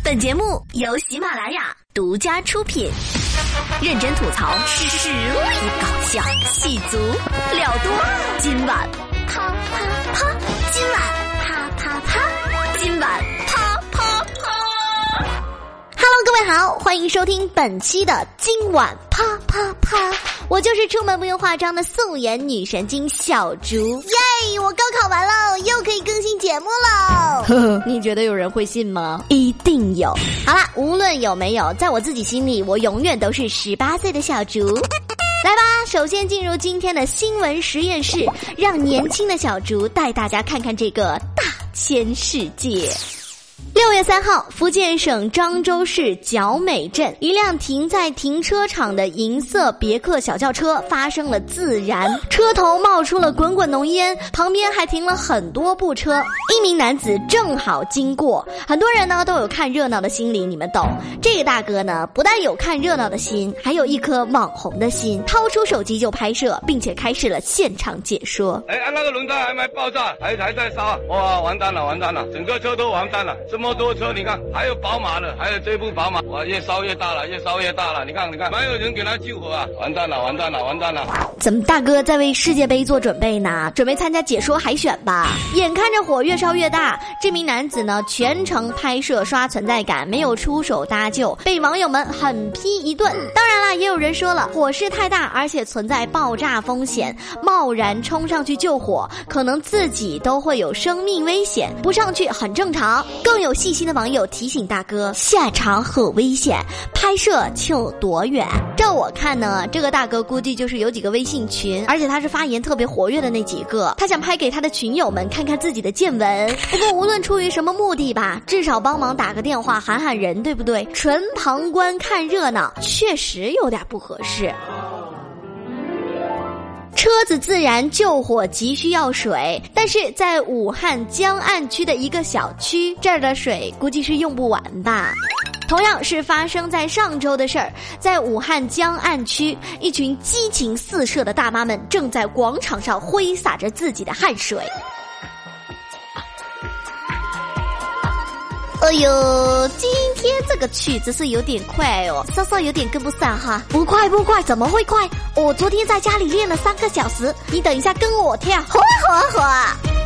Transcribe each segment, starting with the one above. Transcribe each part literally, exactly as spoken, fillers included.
本节目由喜马拉雅独家出品，认真吐槽，实力搞笑，戏足料多。今晚啪啪啪，今晚啪啪啪，今晚啪啪啪。Hello， 各位好，欢迎收听本期的今晚啪啪啪。我就是出门不用化妆的素颜女神经小竹。耶！我高考完了，又可以更新节目了。呵呵，你觉得有人会信吗？一定有。好啦，无论有没有，在我自己心里，我永远都是十八岁的小竹。来吧，首先进入今天的新闻实验室，让年轻的小竹带大家看看这个大千世界。六月三号，福建省漳州市角美镇一辆停在停车场的银色别克小轿车发生了自燃，车头冒出了滚滚浓烟，旁边还停了很多部车。一名男子正好经过，很多人呢都有看热闹的心理，你们懂。这个大哥呢不但有看热闹的心，还有一颗网红的心，掏出手机就拍摄，并且开始了现场解说。 哎，那个轮胎还没爆炸，还还在烧，哇，完蛋了，完蛋了，整个车都完蛋了，这么多车，你看，还有宝马的，还有这部宝马，哇，越烧越大了，越烧越大了，你看，你看，没有人给他救火啊，完蛋了，完蛋了，完蛋了。 怎么大哥在为世界杯做准备呢？准备参加解说海选吧？眼看着火越烧越大，这名男子呢全程拍摄刷存在感，没有出手搭救，被网友们狠批一顿。当然啦，也有人说了，火势太大，而且存在爆炸风险，贸然冲上去救火，可能自己都会有生命危险，不上去很正常。更有细心的网友提醒大哥，下场很危险，拍摄就躲远。照我看呢，这个大哥估计就是有几个微信群，而且他是发言特别活跃的那几个，他想拍给他的群友们看看自己的见闻。不过无论出于什么目的吧，至少帮忙打个电话喊喊人，对不对？纯旁观看热闹确实有点不合适。车子自燃救火急需要水，但是在武汉江岸区的一个小区，这儿的水估计是用不完吧。同样是发生在上周的事儿，在武汉江岸区，一群激情四射的大妈们正在广场上挥洒着自己的汗水。哎呦，今天这个曲子是有点快哦，稍稍有点跟不上哈。不快不快，怎么会快？我昨天在家里练了三个小时，你等一下跟我跳，火火火！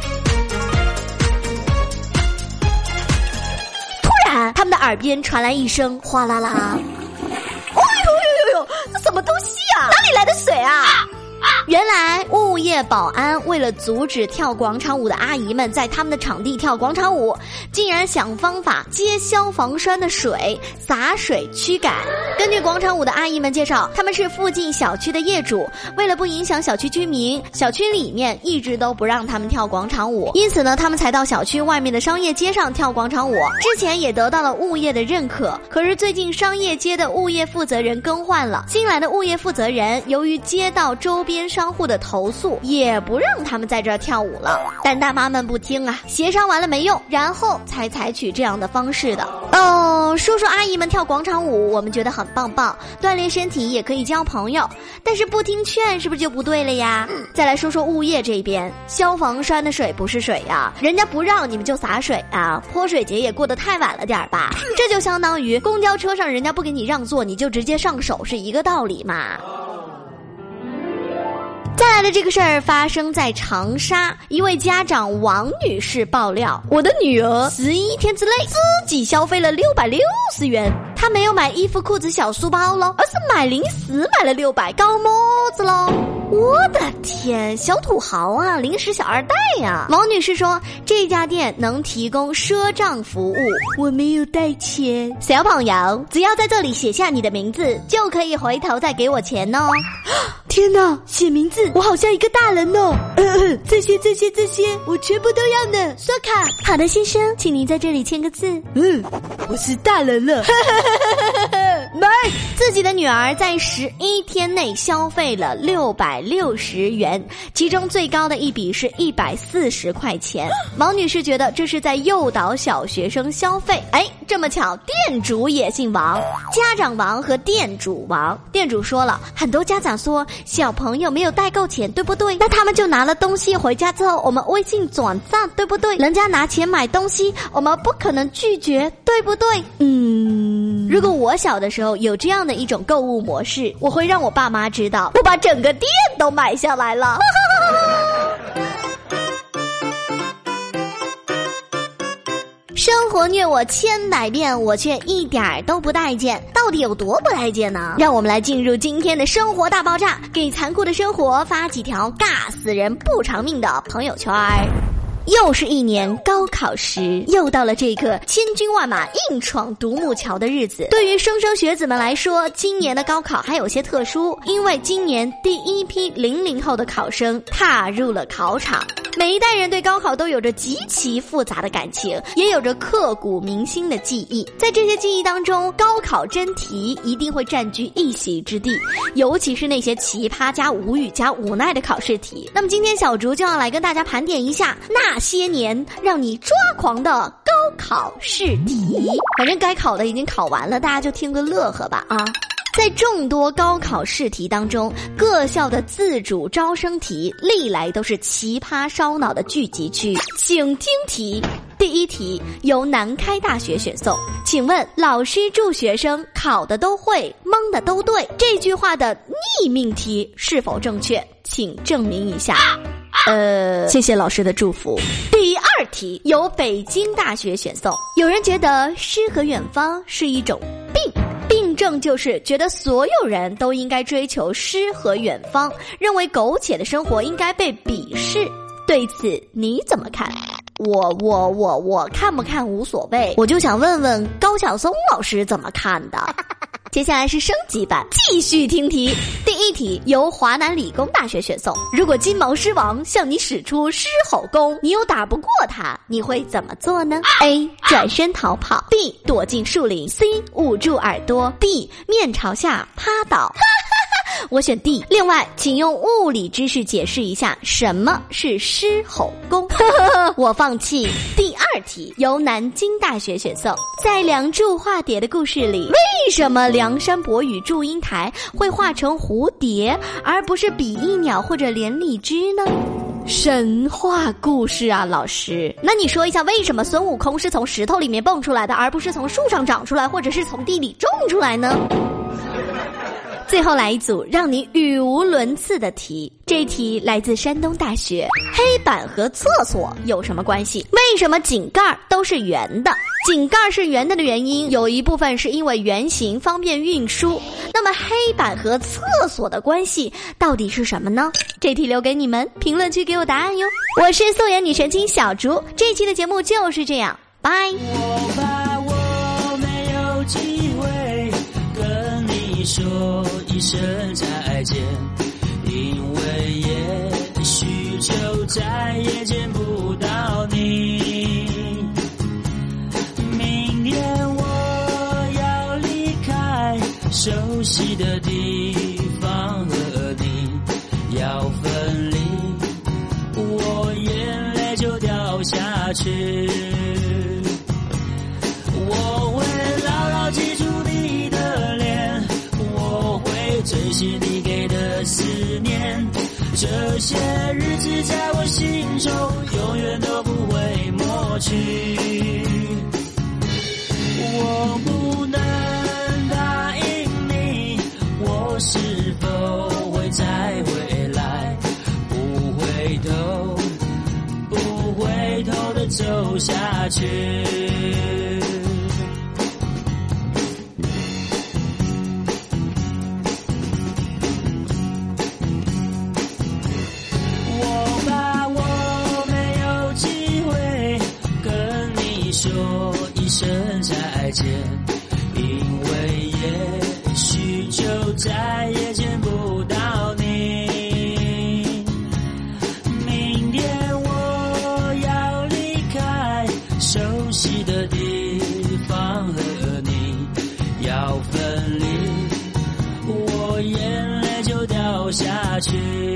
突然，他们的耳边传来一声哗啦啦。哎呦呦呦呦，这什么东西啊？哪里来的水啊？原来物业保安为了阻止跳广场舞的阿姨们在他们的场地跳广场舞，竟然想方法接消防栓的水洒水驱赶。根据广场舞的阿姨们介绍，他们是附近小区的业主，为了不影响小区居民，小区里面一直都不让他们跳广场舞，因此呢，他们才到小区外面的商业街上跳广场舞。之前也得到了物业的认可，可是最近商业街的物业负责人更换了，新来的物业负责人由于接到周边商户的投诉，也不让他们在这儿跳舞了。但大妈们不听啊，协商完了没用，然后才采取这样的方式的。哦，叔叔阿姨们跳广场舞，我们觉得很棒棒，锻炼身体也可以交朋友，但是不听劝是不是就不对了呀？再来说说物业这边，消防栓的水不是水呀，人家不让你们就洒水啊，泼水节也过得太晚了点吧？这就相当于公交车上人家不给你让座，你就直接上手，是一个道理嘛。再来的这个事儿发生在长沙，一位家长王女士爆料，我的女儿十一天之内自己消费了六百六十元，她没有买衣服裤子小书包咯，而是买零食买了六百，搞么子咯？我的天，小土豪啊，零食小二代呀！王女士说，这家店能提供赊账服务，我没有带钱。小朋友，只要在这里写下你的名字，就可以回头再给我钱哦。天哪，写名字，我好像一个大人哦。呃，这些这些这些，我全部都要呢。刷卡。好的，先生，请您在这里签个字。嗯，我是大人了。买， 自己的女儿在十一天内消费了六百六十元，其中最高的一笔是一百四十块钱。王女士觉得这是在诱导小学生消费。哎，这么巧，店主也姓王，家长王和店主王。店主说了，很多家长说小朋友没有带够钱，对不对？那他们就拿了东西回家之后，我们微信转账，对不对？人家拿钱买东西，我们不可能拒绝，对不对？嗯，如果我小的时候有这样的一种购物模式，我会让我爸妈知道，我把整个店都买下来了。生活虐我千百遍，我却一点儿都不待见，到底有多不待见呢？让我们来进入今天的生活大爆炸，给残酷的生活发几条尬死人不偿命的朋友圈。又是一年高考时，又到了这个千军万马硬闯独木桥的日子。对于莘莘学子们来说，今年的高考还有些特殊，因为今年第一批零零后的考生踏入了考场。每一代人对高考都有着极其复杂的感情，也有着刻骨铭心的记忆。在这些记忆当中，高考真题一定会占据一席之地，尤其是那些奇葩加无语加无奈的考试题。那么今天小竹就要来跟大家盘点一下那些年让你抓狂的高考试题。反正该考的已经考完了，大家就听个乐呵吧啊！在众多高考试题当中，各校的自主招生题历来都是奇葩烧脑的聚集区。请听题。第一题由南开大学选送，请问老师祝学生考的都会，蒙的都对，这句话的逆命题是否正确？请证明一下。呃，谢谢老师的祝福。第二题由北京大学选送，有人觉得诗和远方是一种病。病症就是觉得所有人都应该追求诗和远方，认为苟且的生活应该被鄙视。对此你怎么看？我我我我看不看无所谓，我就想问问高晓松老师怎么看的。接下来是升级版，继续听题。第一题由华南理工大学选送，如果金毛狮王向你使出狮吼功，你又打不过他，你会怎么做呢？ A. 转身逃跑， B. 躲进树林， C. 捂住耳朵， D. 面朝下趴倒。我选 D。 另外请用物理知识解释一下什么是狮吼功。我放弃。第二题由南京大学选送，在梁祝化蝶的故事里，为什么梁山伯与祝英台会化成蝴蝶而不是比翼鸟或者连理枝呢？神话故事啊，老师。那你说一下，为什么孙悟空是从石头里面蹦出来的，而不是从树上长出来，或者是从地里种出来呢？最后来一组让你语无伦次的题，这一题来自山东大学。黑板和厕所有什么关系？为什么井盖都是圆的？井盖是圆的的原因，有一部分是因为圆形方便运输。那么黑板和厕所的关系到底是什么呢？这题留给你们评论区给我答案哟。我是素颜女神经小竹，这期的节目就是这样，拜。 我怕我没有机会跟你说一声再见，因为也许就再也见不到你。明天我要离开熟悉的地方，和你要分离，我眼泪就掉下去。我会牢牢记住你的脸，我会珍惜你给的思念，这些日子在我心中永远都不会抹去。我不能答应你，我是否会再回来，不回头不回头的走下去。说一声再见，因为也许就再也见不到你。明天我要离开熟悉的地方，和你要分离， 去。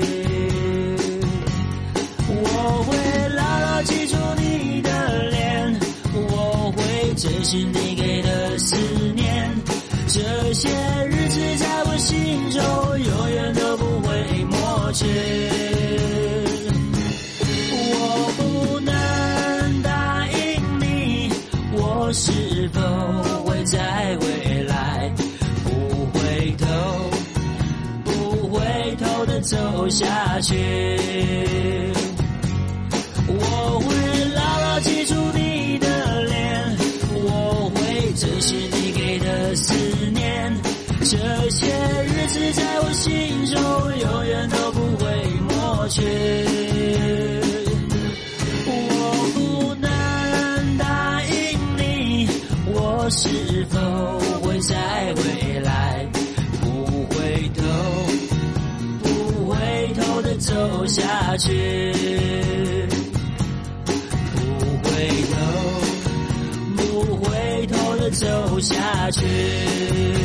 我会牢牢记住你的脸，我会珍惜你给的思念，这些日子在我心中永远都不会抹去。我不能答应你，我是否会在未来不回头不回头的走下去。我会牢牢记住你的脸，我会珍惜你给的思念，这些日子在我心中永远都不会抹去。我不能答应你，我是否会在未来不回头不回头的走下去。不回头不回头的走下去。